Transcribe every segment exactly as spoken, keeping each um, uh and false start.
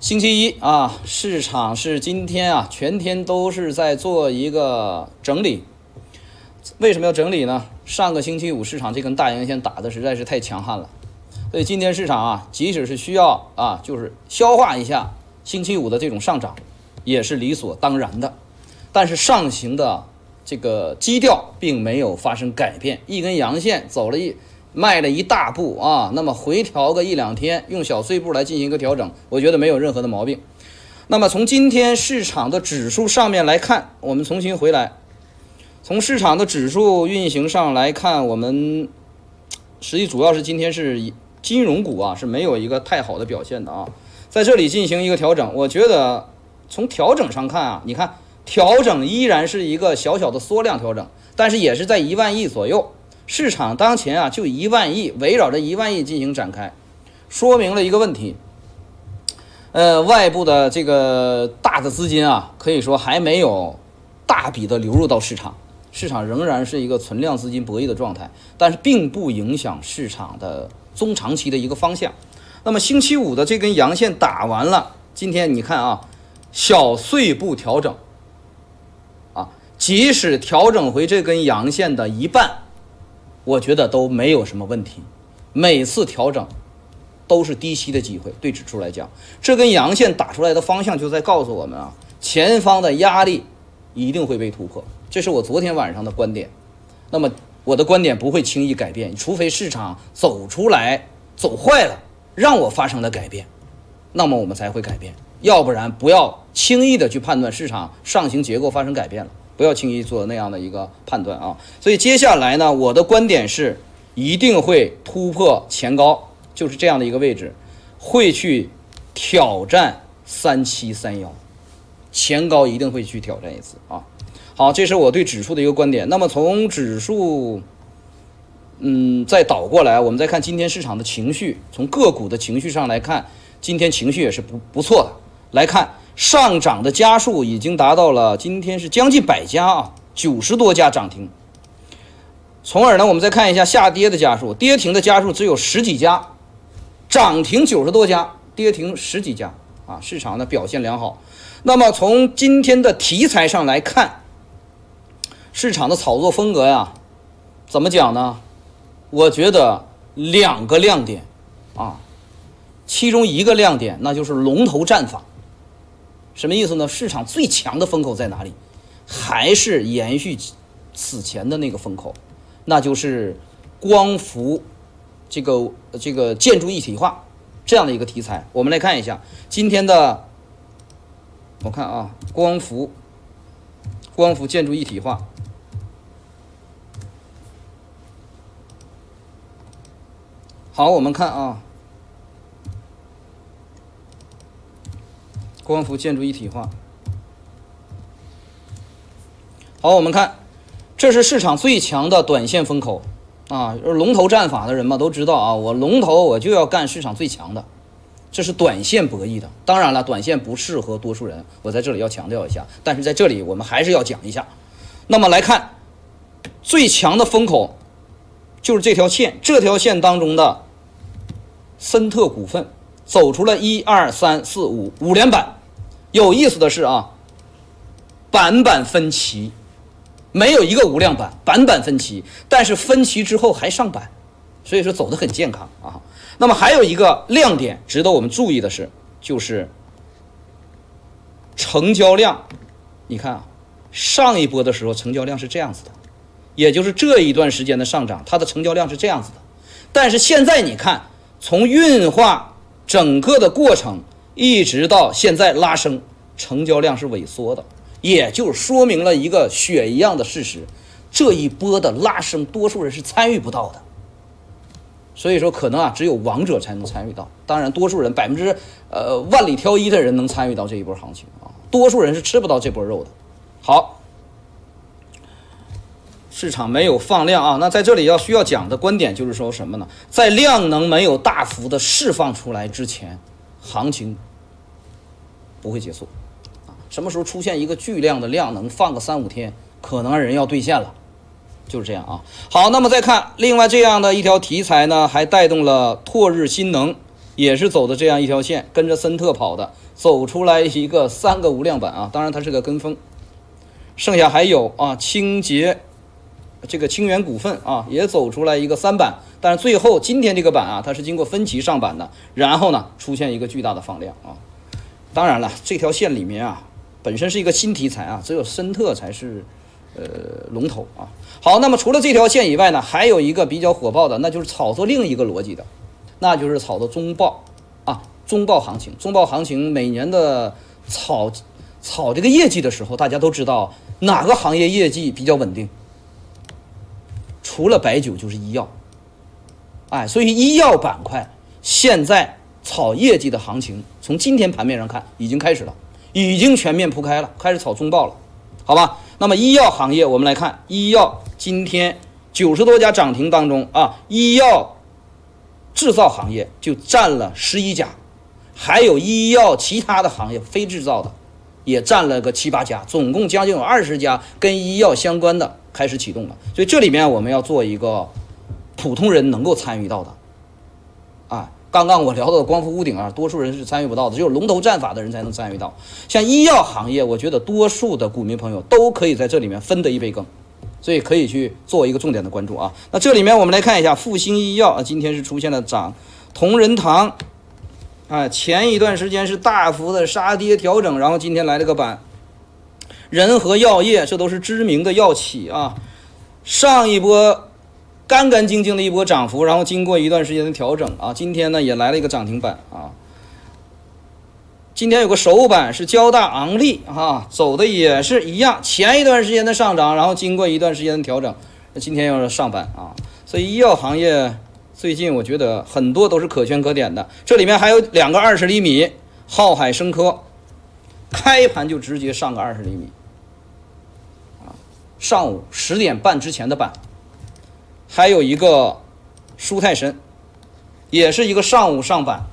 星期一啊，市场是今天啊，全天都是在做一个整理。为什么要整理呢？上个星期五市场这根大阳线打的实在是太强悍了，所以今天市场啊，即使是需要啊，就是消化一下星期五的这种上涨，也是理所当然的。但是上行的这个基调并没有发生改变，一根阳线走了一。迈了一大步啊，那么回调个一两天，用小碎步来进行一个调整，我觉得没有任何的毛病。那么从今天市场的指数上面来看，我们重新回来，从市场的指数运行上来看，我们实际主要是今天是金融股啊是没有一个太好的表现的啊，在这里进行一个调整，我觉得从调整上看啊，你看调整依然是一个小小的缩量调整，但是也是在一万亿左右。市场当前啊就一万亿，围绕着一万亿进行展开，说明了一个问题，呃，外部的这个大的资金啊，可以说还没有大笔的流入到市场，市场仍然是一个存量资金博弈的状态，但是并不影响市场的中长期的一个方向。那么星期五的这根阳线打完了，今天你看啊，小碎步调整啊，即使调整回这根阳线的一半，我觉得都没有什么问题，每次调整都是低吸的机会，对指数来讲，这根阳线打出来的方向就在告诉我们啊，前方的压力一定会被突破，这是我昨天晚上的观点。那么我的观点不会轻易改变，除非市场走出来走坏了，让我发生了改变，那么我们才会改变，要不然不要轻易的去判断市场上行结构发生改变了，不要轻易做那样的一个判断啊！所以接下来呢，我的观点是一定会突破前高，就是这样的一个位置，会去挑战三七三幺，前高一定会去挑战一次啊！好，这是我对指数的一个观点。那么从指数，嗯，再倒过来，我们再看今天市场的情绪，从个股的情绪上来看，今天情绪也是不不错的。来看。上涨的家数已经达到了，今天是将近百家啊，九十多家涨停。从而呢，我们再看一下下跌的家数，跌停的家数只有十几家，涨停九十多家，跌停十几家啊，市场的表现良好。那么从今天的题材上来看，市场的炒作风格呀，怎么讲呢？我觉得两个亮点啊，其中一个亮点那就是龙头战法。什么意思呢？市场最强的风口在哪里？还是延续此前的那个风口，那就是光伏这个这个建筑一体化这样的一个题材。我们来看一下今天的，我看啊，光伏光伏建筑一体化。好，我们看啊。光伏建筑一体化。好，我们看，这是市场最强的短线风口啊！龙头战法的人嘛都知道啊，我龙头我就要干市场最强的，这是短线博弈的。当然了，短线不适合多数人，我在这里要强调一下。但是在这里我们还是要讲一下。那么来看，最强的风口就是这条线，这条线当中的森特股份。走出了一二三四五五连板，有意思的是啊，板板分歧，没有一个无量板，板板分歧，但是分歧之后还上板，所以说走得很健康啊。那么还有一个亮点值得我们注意的是，就是成交量，你看啊，上一波的时候成交量是这样子的，也就是这一段时间的上涨，它的成交量是这样子的，但是现在你看，从运化整个的过程一直到现在拉升，成交量是萎缩的，也就说明了一个血一样的事实，这一波的拉升多数人是参与不到的。所以说可能啊只有王者才能参与到，当然多数人百分之呃万里挑一的人能参与到这一波行情啊，多数人是吃不到这波肉的。好，市场没有放量啊，那在这里要需要讲的观点就是说什么呢？在量能没有大幅的释放出来之前，行情不会结束啊。什么时候出现一个巨量的量能，放个三五天，可能人要兑现了，就是这样啊。好，那么再看另外这样的一条题材呢，还带动了拓日新能也是走的这样一条线，跟着森特跑的，走出来一个三个无量板啊，当然它是个跟风。剩下还有啊，清洁这个清源股份啊，也走出来一个三板，但是最后今天这个板啊，它是经过分歧上板的，然后呢出现一个巨大的放量啊。当然了，这条线里面啊，本身是一个新题材啊，只有森特才是呃龙头啊。好，那么除了这条线以外呢，还有一个比较火爆的，那就是炒作另一个逻辑的，那就是炒作中报啊，中报行情。中报行情每年的炒炒这个业绩的时候，大家都知道哪个行业业绩比较稳定？除了白酒就是医药，哎，所以医药板块现在炒业绩的行情，从今天盘面上看已经开始了，已经全面铺开了，开始炒中报了，好吧？那么医药行业我们来看，医药今天九十多家涨停当中啊，医药制造行业就占了十一家，还有医药其他的行业非制造的也占了个七八家，总共将近有二十家跟医药相关的开始启动了。所以这里面我们要做一个普通人能够参与到的啊。刚刚我聊到的光伏屋顶啊，多数人是参与不到的，只有龙头战法的人才能参与到。像医药行业，我觉得多数的股民朋友都可以在这里面分得一杯羹，所以可以去做一个重点的关注啊。那这里面我们来看一下复星医药啊，今天是出现了涨，同仁堂啊，前一段时间是大幅的杀跌调整，然后今天来了个板。仁和药业，这都是知名的药企啊，上一波干干净净的一波涨幅，然后经过一段时间的调整啊，今天呢也来了一个涨停板啊。今天有个首板是交大昂立啊，走的也是一样，前一段时间的上涨，然后经过一段时间的调整，今天又是上板啊。所以医药行业最近我觉得很多都是可圈可点的，这里面还有两个二十厘米，浩海生科，开盘就直接上个二十厘米啊，上午十点半之前的板。还有一个舒泰神，也是一个上午上板。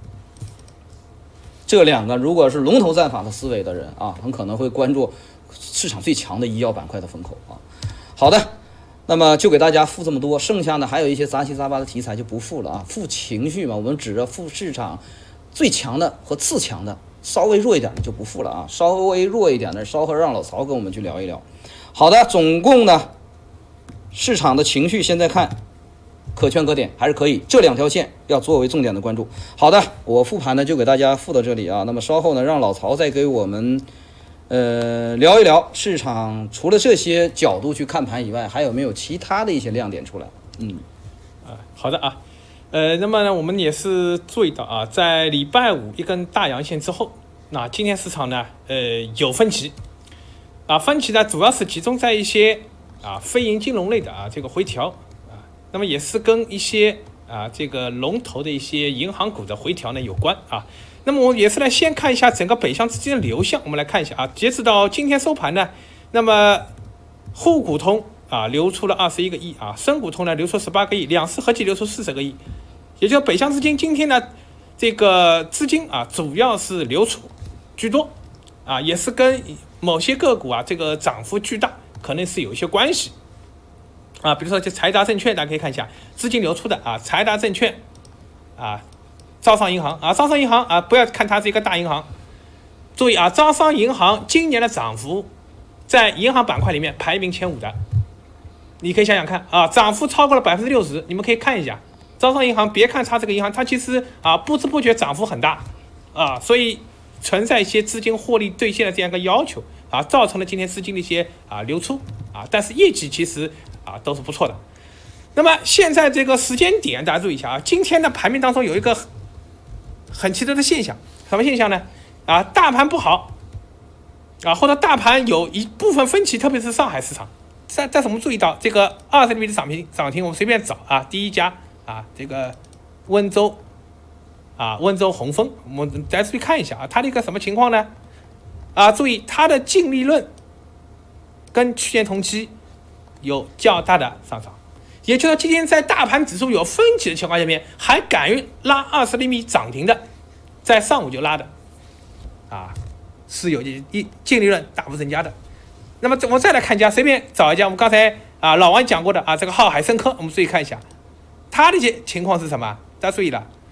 这两个如果是龙头战法的思维的人啊，很可能会关注市场最强的医药板块的风口啊。好的，那么就给大家附这么多，剩下的还有一些杂七杂八的题材就不附了啊。附情绪嘛，我们指着附市场最强的和次强的，稍微弱一点的就不附了啊。稍微弱一点的，稍后让老曹跟我们去聊一聊。好的，总共呢。市场的情绪现在看可圈可点，还是可以，这两条线要作为重点的关注。好的，我复盘呢就给大家复到这里啊。那么稍后呢，让老曹再给我们呃聊一聊市场除了这些角度去看盘以外，还有没有其他的一些亮点出来？嗯， 啊，好的啊，呃，那么呢，我们也是注意到啊，在礼拜五一根大阳线之后，那今天市场呢，呃，有分歧啊，分歧呢主要是集中在一些。啊，非银金融类的啊，这个回调啊，那么也是跟一些啊这个龙头的一些银行股的回调呢有关啊。那么我也是来先看一下整个北向资金的流向，我们来看一下啊，截止到今天收盘呢，那么沪股通啊流出了二十一个亿啊，深股通呢流出十八个亿，两市合计流出四十个亿，也就是北向资金今天呢这个资金啊主要是流出居多啊，也是跟某些个股啊这个涨幅巨大。可能是有一些关系啊，比如说这财达证券，大家可以看一下资金流出的啊，财达证券啊，招商银行啊，招商银行啊，不要看它是一个大银行，注意啊，招商银行今年的涨幅在银行板块里面排名前五的，你可以想想看啊，涨幅超过了百分之六十，你们可以看一下招商银行，别看它这个银行，它其实啊不知不觉涨幅很大啊，所以存在一些资金获利兑现的这样一个要求。啊，造成了今天资金的一些啊流出啊，但是业绩其实啊都是不错的。那么现在这个时间点，大家注意一下啊，今天的盘面当中有一个很奇特的现象，什么现象呢？啊，大盘不好啊，或者大盘有一部分分歧，特别是上海市场。但但是我们注意到这个二十厘米的涨停涨停，我们随便找啊，第一家啊，这个温州啊，温州红枫，我们大家注意看一下啊，它的一个什么情况呢？啊，注意它的净利润跟去年同期有较大的上涨，也就是说今天在大盘指数有分歧的情况下面，还敢于拉二十厘米涨停的，在上午就拉的，啊，是有一净利润大幅增加的。那么我们再来看一家，随便找一家，我们刚才啊老王讲过的啊，这个浩海生科，我们注意看一下，它的情况是什么？大家注意了，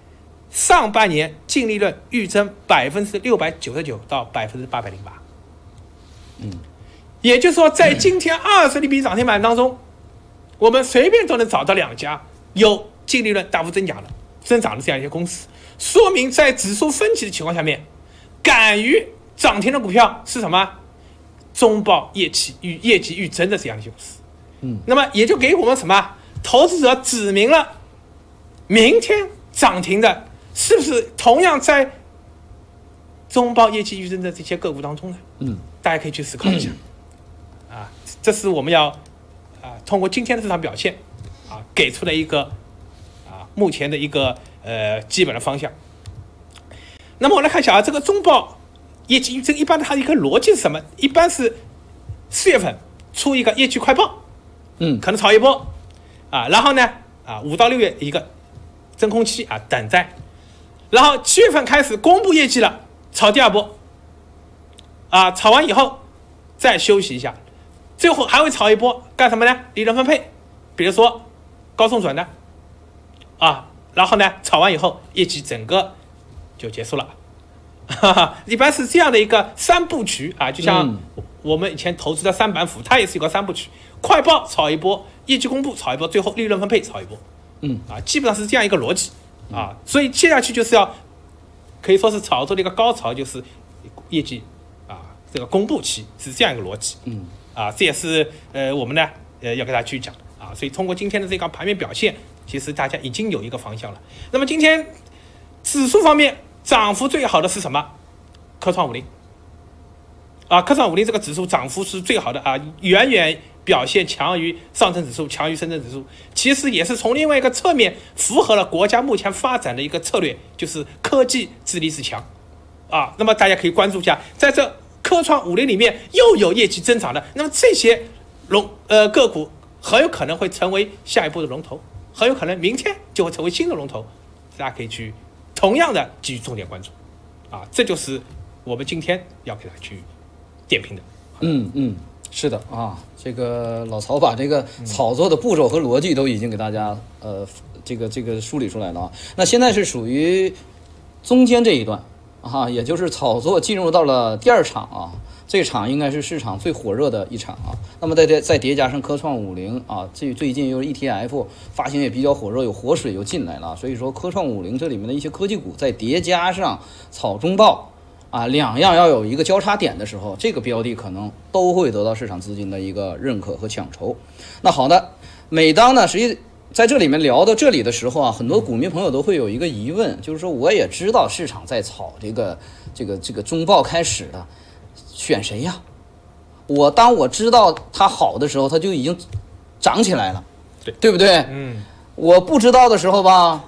上半年净利润预增百分之六百九十九到百分之八百零八。 嗯， 也就是说，在今天二十笔涨停板当中，我们随便都能找到两家有净利润大幅增长的、增长的这样一些公司，说明在指数分歧的情况下面，敢于涨停的股票是什么？中报业绩与业绩预增的这样一些公司。 嗯， 那么也就给我们什么投资者指明了，明天涨停的是不是同样在中报业绩预增的这些个股当中呢？ 嗯， 大家可以去思考一下。嗯、啊，这是我们要啊通过今天的市场表现啊给出的一个啊目前的一个呃基本的方向。那么我来看一下啊，这个中报业绩预增一般的它的一个逻辑是什么？一般是四月份出一个业绩快报， 嗯， 可能炒一波啊，然后呢啊五到六月一个真空期啊等待，然后七月份开始公布业绩了，炒第二波啊，炒完以后再休息一下，最后还会炒一波干什么呢？利润分配，比如说高送转的啊，然后呢炒完以后业绩整个就结束了。哈哈，一般是这样的一个三部曲啊，就像我们以前投资的三板斧，它也是一个三部曲：快报炒一波，业绩公布炒一波，最后利润分配炒一波。 嗯啊，基本上是这样一个逻辑啊，所以接下去就是要可以说是炒作的一个高潮，就是业绩啊这个公布期是这样一个逻辑。 嗯啊，这也是呃我们呢呃要给大家去讲啊，所以通过今天的这个盘面表现，其实大家已经有一个方向了。那么今天指数方面涨幅最好的是什么？科创五零啊，科创五零这个指数涨幅是最好的啊，远远表现强于上证指数，强于深圳指数。其实也是从另外一个侧面符合了国家目前发展的一个策略，就是科技自立自强啊。那么大家可以关注一下，在这科创五零里面又有业绩增长的，那么这些龙呃个股很有可能会成为下一步的龙头，很有可能明天就会成为新的龙头，大家可以去同样的继续重点关注啊。这就是我们今天要给大家去点评的。 嗯嗯，是的啊，这个老曹把这个炒作的步骤和逻辑都已经给大家呃这个这个梳理出来了啊。那现在是属于中间这一段啊，也就是炒作进入到了第二场啊，这场应该是市场最火热的一场啊。那么再再再叠加上科创五零啊，这最近又是 E T F 发行也比较火热，有活水又进来了，所以说科创五零这里面的一些科技股再叠加上炒中报啊，两样要有一个交叉点的时候，这个标的可能都会得到市场资金的一个认可和抢筹。那好的，每当呢，实际在这里面聊到这里的时候啊，很多股民朋友都会有一个疑问，就是说我也知道市场在炒这个这个这个中报开始的，选谁呀？我当我知道它好的时候，它就已经涨起来了， 对对不对？ 嗯， 我不知道的时候吧，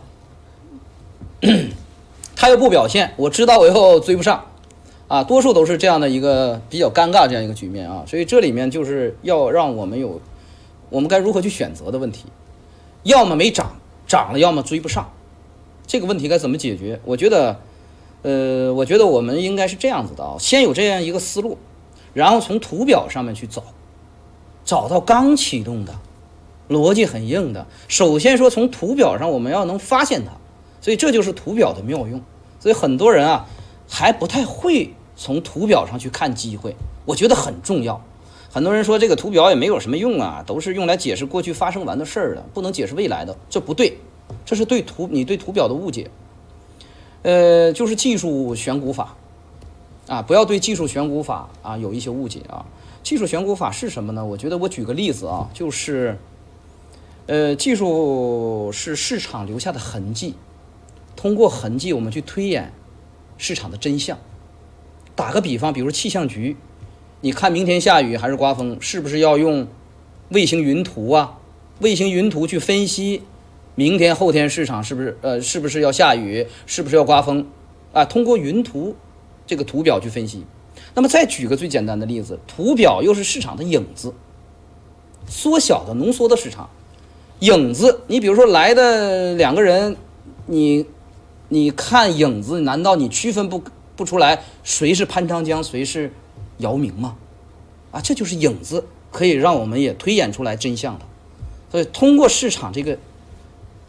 它又不表现，我知道我又追不上。啊，多数都是这样的一个比较尴尬这样一个局面啊，所以这里面就是要让我们有我们该如何去选择的问题，要么没涨，涨了要么追不上，这个问题该怎么解决？我觉得，呃，我觉得我们应该是这样子的啊，先有这样一个思路，然后从图表上面去找，找到刚启动的，逻辑很硬的，首先说从图表上我们要能发现它，所以这就是图表的妙用。所以很多人啊还不太会从图表上去看机会，我觉得很重要。很多人说这个图表也没有什么用啊，都是用来解释过去发生完的事儿的，不能解释未来的，这不对，这是对图你对图表的误解。呃，就是技术选股法啊，不要对技术选股法啊有一些误解啊。技术选股法是什么呢？我觉得我举个例子啊，就是呃，技术是市场留下的痕迹，通过痕迹我们去推演市场的真相。打个比方，比如气象局，你看明天下雨还是刮风，是不是要用卫星云图啊？卫星云图去分析明天后天市场是不是呃是不是要下雨，是不是要刮风啊？通过云图这个图表去分析。那么再举个最简单的例子，图表又是市场的影子，缩小的浓缩的市场影子。你比如说来的两个人，你你看影子，难道你区分不不出来谁是潘长江，谁是姚明吗？啊，这就是影子，可以让我们也推演出来真相的。所以通过市场这个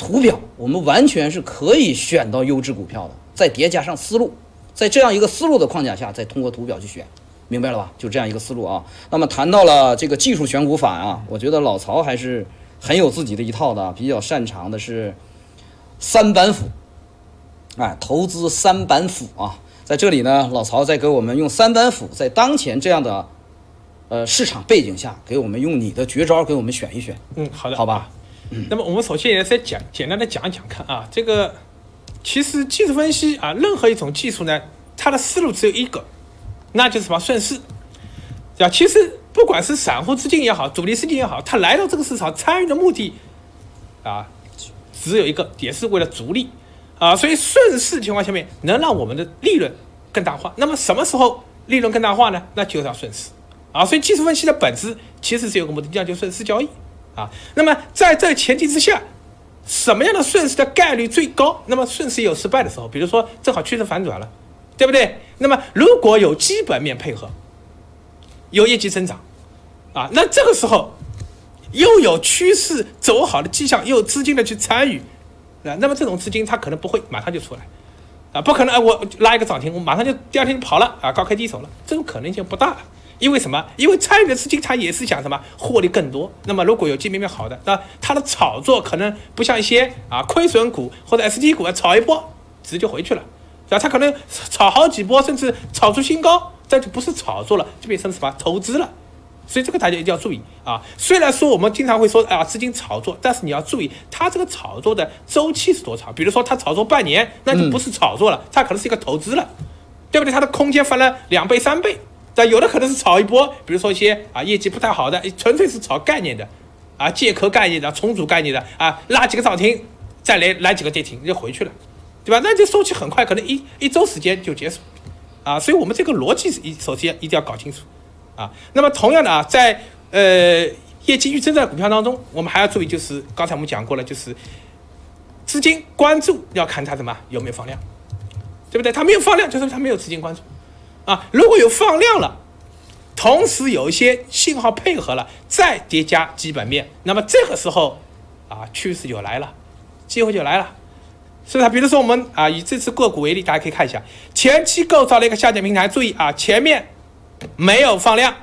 图表，我们完全是可以选到优质股票的，再叠加上思路，在这样一个思路的框架下，再通过图表去选，明白了吧？就这样一个思路啊。那么谈到了这个技术选股法啊，我觉得老曹还是很有自己的一套的，比较擅长的是三板斧，哎，投资三板斧啊。在这里呢，老曹在给我们用三板斧，在当前这样的呃市场背景下，给我们用你的绝招给我们选一选。 嗯，好的， 好吧。 嗯、那么我们首先也再讲简单的讲一讲看啊，这个其实技术分析啊，任何一种技术呢，它的思路只有一个，那就是什么顺势。对吧？其实不管是散户资金也好，主力资金也好，他来到这个市场参与的目的啊，只有一个，也是为了逐利。啊，所以顺势情况下面能让我们的利润更大化。那么什么时候利润更大化呢？那就是要顺势啊。所以技术分析的本质其实是有个目的，叫就顺势交易啊。那么在这个前提之下，什么样的顺势的概率最高？那么顺势也有失败的时候，比如说正好趋势反转了，对不对？那么如果有基本面配合，有业绩增长啊，那这个时候又有趋势走好的迹象，又有资金的去参与。啊，那么这种资金它可能不会马上就出来，啊，不可能，啊，我拉一个涨停，我马上就第二天就跑了，啊，高开低走了，这种可能性不大。因为什么？因为参与的资金它也是想什么获利更多。那么如果有基本面好的，那它的炒作可能不像一些啊亏损股或者 S T 股啊炒一波直接就回去了，啊，它可能炒好几波，甚至炒出新高，这就不是炒作了，就变成什么投资了。所以这个大家一定要注意啊！虽然说我们经常会说啊资金炒作，但是你要注意它这个炒作的周期是多长。比如说它炒作半年，那就不是炒作了，嗯、它可能是一个投资了，对不对？它的空间翻了两倍三倍，但有的可能是炒一波，比如说一些啊业绩不太好的，纯粹是炒概念的，啊借壳概念的、重组概念的啊，拉几个涨停，再来来几个跌停就回去了，对吧？那这周期很快，可能一一周时间就结束，啊，所以我们这个逻辑是一首先一定要搞清楚。啊，那么同样的啊，在呃业绩预增的股票当中，我们还要注意，就是刚才我们讲过了，就是资金关注要看它什么有没有放量，对不对？它没有放量，就是它没有资金关注啊。如果有放量了，同时有一些信号配合了，再叠加基本面，那么这个时候啊，趋势就来了，机会就来了。是不是？比如说我们啊，以这次个股为例，大家可以看一下，前期构造了一个下降平台，注意啊，前面没有放量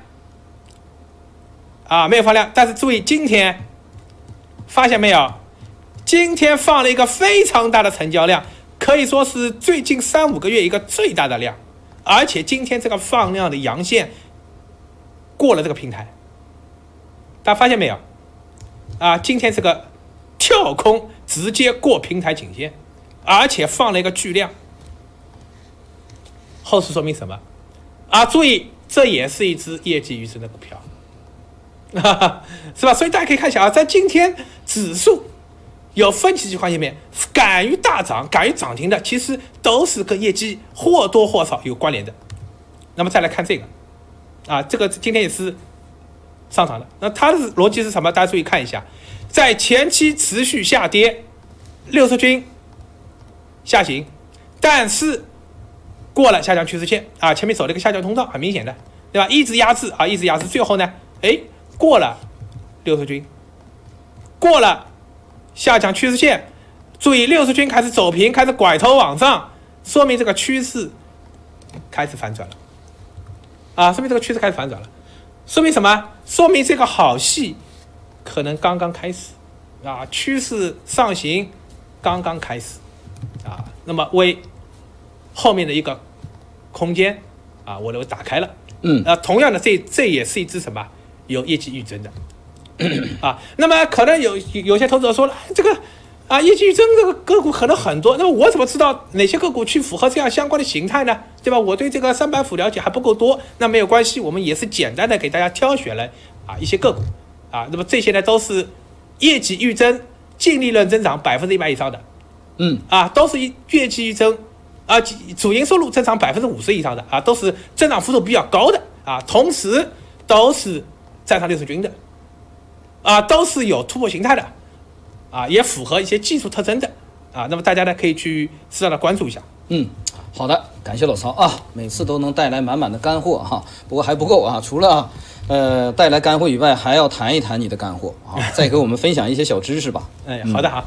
啊，没有放量，但是注意今天发现没有，今天放了一个非常大的成交量，可以说是最近三五个月一个最大的量，而且今天这个放量的阳线过了这个平台，大家发现没有啊？今天这个跳空直接过平台颈线，而且放了一个巨量，后市说明什么啊？注意，这也是一只业绩预增的股票，是吧？所以大家可以看一下啊，在今天指数有分歧情况下面，敢于大涨、敢于涨停的，其实都是跟业绩或多或少有关联的。那么再来看这个，啊，这个今天也是上涨的。那它的逻辑是什么？大家注意看一下，在前期持续下跌，六十均下行，但是过了下降趋势线啊，前面走了一个下降通道，很明显的，对吧？一直压制啊，一直压制，最后呢，哎，过了六十均，过了下降趋势线，注意六十均开始走平，开始拐头往上，说明这个趋势开始反转了，啊，说明这个趋势开始反转了，说明什么？说明这个好戏可能刚刚开始，啊，趋势上行刚刚开始，啊，那么为后面的一个空间啊，我都打开了。嗯，啊，同样的，这这也是一只什么有业绩预增的啊。那么可能有有些投资者说了，这个啊业绩预增这个个股可能很多，那么我怎么知道哪些个股去符合这样相关的形态呢？对吧？我对这个三板斧了解还不够多，那没有关系，我们也是简单的给大家挑选了啊一些个股啊。那么这些呢都是业绩预增、净利润增长百分之一百以上的，嗯啊，都是业绩预增。啊，主营收入增长百分之五十以上的啊，都是增长幅度比较高的啊，同时都是站上六十均的啊，都是有突破形态的啊，也符合一些技术特征的啊。那么大家呢可以去适当的关注一下。 嗯，好的，感谢老曹啊，每次都能带来满满的干货哈。不过还不够啊，除了呃带来干货以外，还要谈一谈你的干货啊，再给我们分享一些小知识吧。 哎，好的好。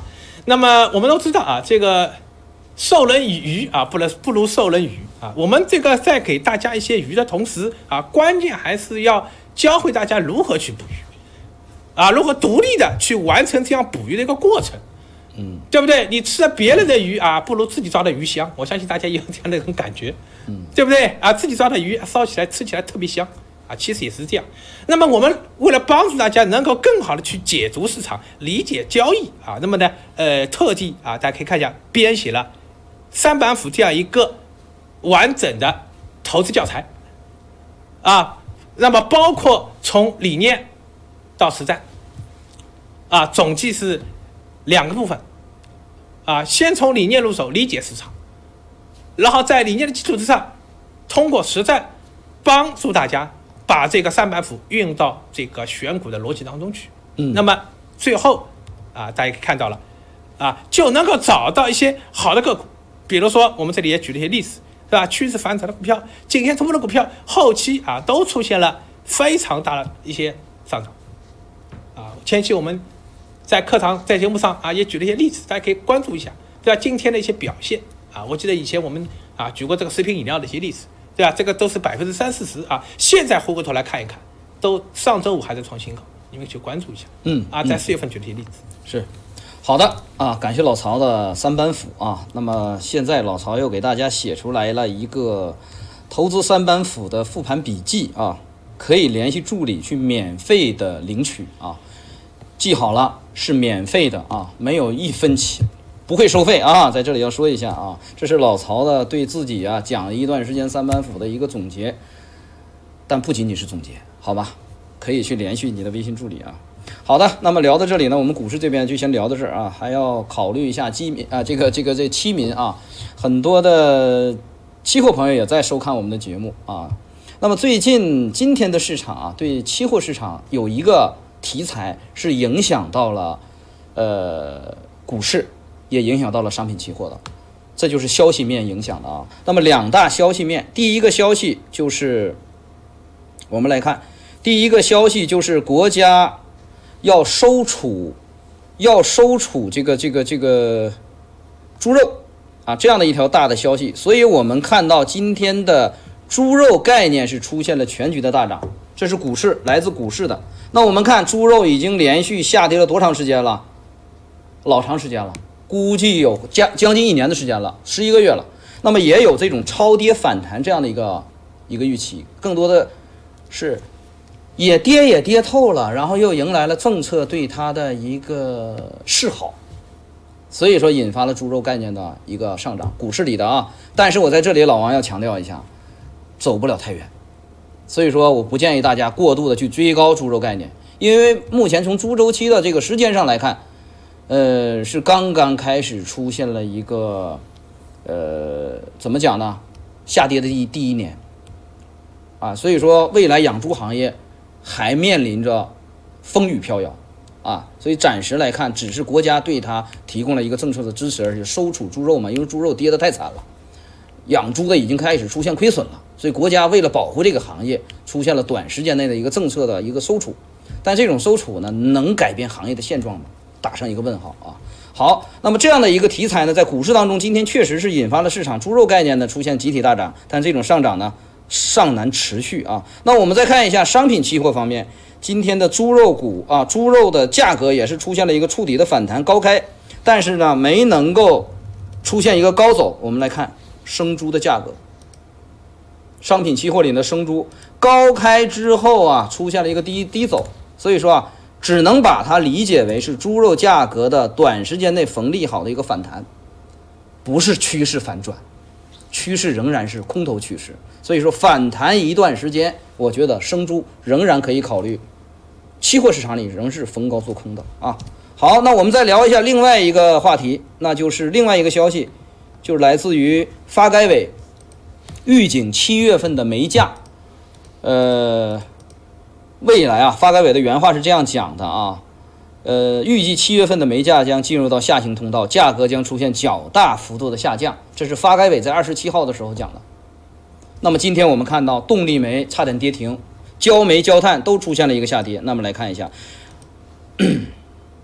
那么我们都知道啊，这个授人以鱼啊，不能不如授人以渔啊。我们这个在给大家一些鱼的同时啊，关键还是要教会大家如何去捕鱼啊，如何独立的去完成这样捕鱼的一个过程。嗯，对不对？你吃了别人的鱼啊，不如自己抓的鱼香。我相信大家也有这样的一种感觉，嗯，对不对啊？自己抓的鱼烧起来吃起来特别香啊，其实也是这样。那么我们为了帮助大家能够更好的去解读市场、理解交易啊，那么呢，呃，特地啊，大家可以看一下，编写了三板斧这样一个完整的投资教材啊。那么包括从理念到实战啊，总计是两个部分啊，先从理念入手理解市场，然后在理念的基础之上，通过实战帮助大家把这个三板斧运用到这个选股的逻辑当中去。嗯，那么最后啊，大家可以看到了啊，就能够找到一些好的个股，比如说我们这里也举了一些例子，是吧？趋势反转的股票，今天突破的股票，后期啊都出现了非常大的一些上涨啊。前期我们在课堂在节目上啊也举了一些例子，大家可以关注一下，对吧？今天的一些表现啊，我记得以前我们啊举过这个食品饮料的一些例子，对吧？这个都是百分之三四十啊，现在回过头来看一看，都上周五还在创新高，你们去关注一下。嗯啊，在四月份举了一些例子。 是，好的啊，感谢老曹的三板斧啊。那么现在老曹又给大家写出来了一个投资三板斧的复盘笔记啊，可以联系助理去免费的领取啊。记好了，是免费的啊，没有一分钱，不会收费啊。在这里要说一下啊，这是老曹的对自己啊讲了一段时间三板斧的一个总结，但不仅仅是总结，好吧？可以去联系你的微信助理啊。好的，那么聊到这里呢，我们股市这边就先聊到这儿啊，还要考虑一下基民啊，这个这个这期民啊，很多的期货朋友也在收看我们的节目啊。那么最近今天的市场啊，对期货市场有一个题材是影响到了呃股市，也影响到了商品期货的，这就是消息面影响的啊。那么两大消息面，第一个消息就是我们来看，第一个消息就是国家要收储，要收储这个这个这个猪肉啊，这样的一条大的消息，所以我们看到今天的猪肉概念是出现了全局的大涨，这是股市来自股市的。那我们看猪肉已经连续下跌了多长时间了？老长时间了，估计有将将近一年的时间了，十一个月了。那么也有这种超跌反弹这样的一个一个预期，更多的是也跌也跌透了，然后又迎来了政策对它的一个示好，所以说引发了猪肉概念的一个上涨，股市里的啊。但是我在这里老王要强调一下，走不了太远。所以说我不建议大家过度的去追高猪肉概念，因为目前从猪周期的这个时间上来看，呃，是刚刚开始出现了一个呃怎么讲呢，下跌的第一第一年啊，所以说未来养猪行业还面临着风雨飘摇啊，所以暂时来看，只是国家对它提供了一个政策的支持，而且收储猪肉嘛，因为猪肉跌得太惨了，养猪的已经开始出现亏损了，所以国家为了保护这个行业，出现了短时间内的一个政策的一个收储，但这种收储呢，能改变行业的现状吗？打上一个问号啊。好，那么这样的一个题材呢，在股市当中，今天确实是引发了市场猪肉概念呢出现集体大涨，但这种上涨呢尚难持续啊。那我们再看一下商品期货方面，今天的猪肉股啊，猪肉的价格也是出现了一个触底的反弹高开，但是呢没能够出现一个高走。我们来看生猪的价格，商品期货里的生猪高开之后啊，出现了一个低低走，所以说啊，只能把它理解为是猪肉价格的短时间内逢利好的一个反弹，不是趋势反转，趋势仍然是空头趋势。所以说反弹一段时间，我觉得生猪仍然可以考虑，期货市场里仍是逢高做空的啊。好，那我们再聊一下另外一个话题，那就是另外一个消息，就是来自于发改委预警七月份的煤价。呃，未来啊，发改委的原话是这样讲的啊，呃，预计七月份的煤价将进入到下行通道，价格将出现较大幅度的下降，这是发改委在二十七号的时候讲的。那么今天我们看到动力煤差点跌停，焦煤焦炭都出现了一个下跌。那么来看一下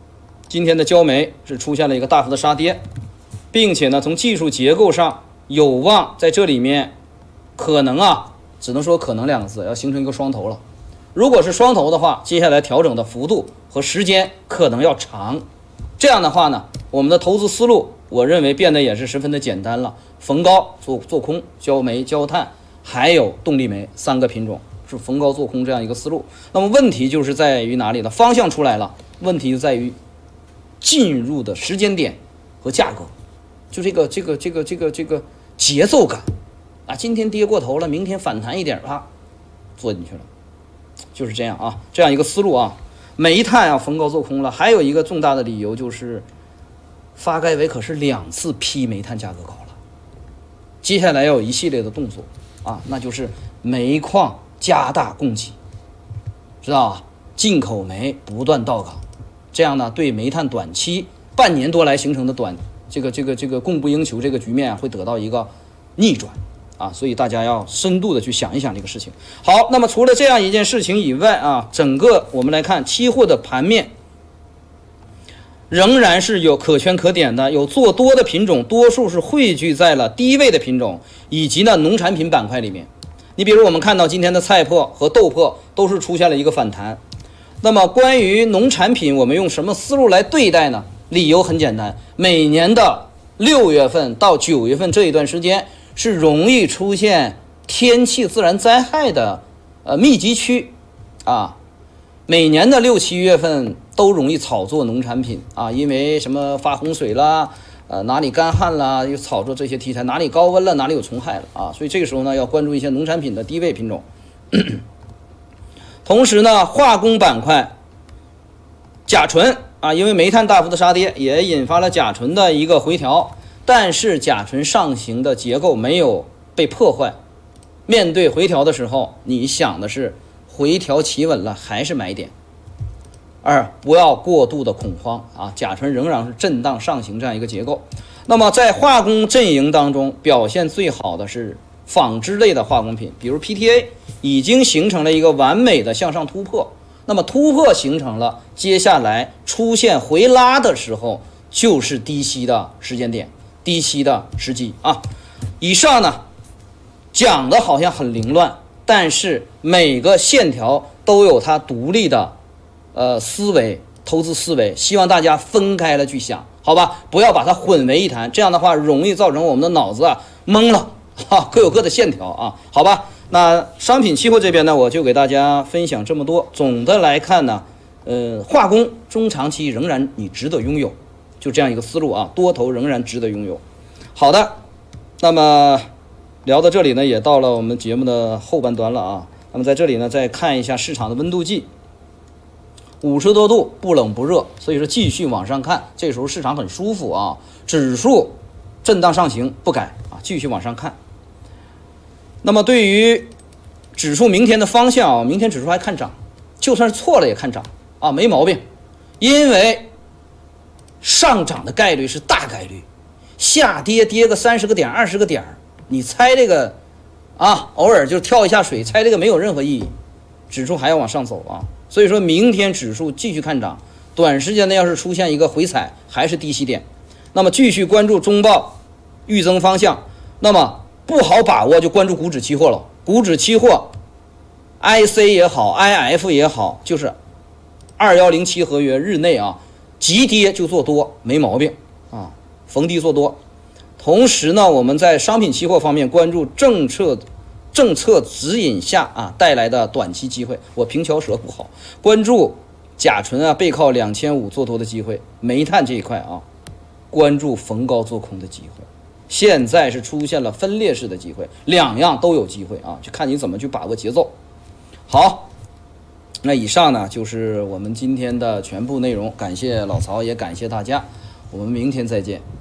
今天的焦煤是出现了一个大幅的杀跌，并且呢，从技术结构上有望在这里面可能啊，只能说可能两个字，要形成一个双头了。如果是双头的话，接下来调整的幅度和时间可能要长。这样的话呢，我们的投资思路，我认为变得也是十分的简单了。逢高做做空，焦煤、焦炭，还有动力煤三个品种是逢高做空这样一个思路。那么问题就是在于哪里呢？方向出来了，问题就在于进入的时间点和价格，就这个这个这个这个这个节奏感啊，今天跌过头了，明天反弹一点，啪，做进去了，就是这样啊，这样一个思路啊。煤炭啊逢高做空了，还有一个重大的理由就是发改委可是两次批煤炭价格高了，接下来要有一系列的动作啊，那就是煤矿加大供给，知道吧？进口煤不断到港，这样呢，对煤炭短期半年多来形成的短这个这个这个供不应求这个局面、啊、会得到一个逆转啊，所以大家要深度的去想一想这个事情。好，那么除了这样一件事情以外啊，整个我们来看期货的盘面仍然是有可圈可点的，有做多的品种，多数是汇聚在了低位的品种以及呢农产品板块里面。你比如我们看到今天的菜粕和豆粕都是出现了一个反弹。那么关于农产品，我们用什么思路来对待呢？理由很简单，每年的六月份到九月份这一段时间是容易出现天气自然灾害的呃密集区啊。每年的六七月份都容易炒作农产品啊，因为什么发洪水啦，呃哪里干旱啦，又炒作这些题材，哪里高温了，哪里有虫害了啊，所以这个时候呢，要关注一些农产品的低位品种。同时呢，化工板块甲醇啊，因为煤炭大幅的杀跌，也引发了甲醇的一个回调，但是甲醇上行的结构没有被破坏。面对回调的时候，你想的是回调企稳了还是买点，二不要过度的恐慌啊，甲醇仍然是震荡上行这样一个结构。那么在化工阵营当中，表现最好的是纺织类的化工品，比如 P T A 已经形成了一个完美的向上突破。那么突破形成了，接下来出现回拉的时候，就是低吸的时间点，低吸的时机啊。以上呢讲的好像很凌乱，但是每个线条都有它独立的呃思维，投资思维，希望大家分开了去想，好吧？不要把它混为一谈，这样的话容易造成我们的脑子啊懵了，哈，各有各的线条啊，好吧？那商品期货这边呢，我就给大家分享这么多。总的来看呢，呃，化工中长期仍然你值得拥有，就这样一个思路啊，多头仍然值得拥有。好的，那么聊到这里呢，也到了我们节目的后半端了啊。那么在这里呢，再看一下市场的温度计，五十多度，不冷不热，所以说继续往上看，这时候市场很舒服啊，指数震荡上行不改啊，继续往上看。那么对于指数明天的方向啊，明天指数还看涨，就算是错了也看涨啊，没毛病，因为上涨的概率是大概率，下跌跌个三十个点、二十个点，你猜这个啊，偶尔就跳一下水，猜这个没有任何意义，指数还要往上走啊，所以说明天指数继续看涨，短时间内要是出现一个回踩，还是低吸点，那么继续关注中报预增方向，那么不好把握就关注股指期货了。股指期货 I C 也好 I F 也好，就是二一零七合约日内啊，急跌就做多，没毛病啊，逢低做多。同时呢，我们在商品期货方面关注政策政策指引下啊带来的短期机会，我平翘舌不好，关注甲醇啊背靠两千五做多的机会，煤炭这一块啊关注逢高做空的机会。现在是出现了分裂式的机会，两样都有机会啊，就看你怎么去把握节奏。好，那以上呢就是我们今天的全部内容，感谢老曹，也感谢大家，我们明天再见。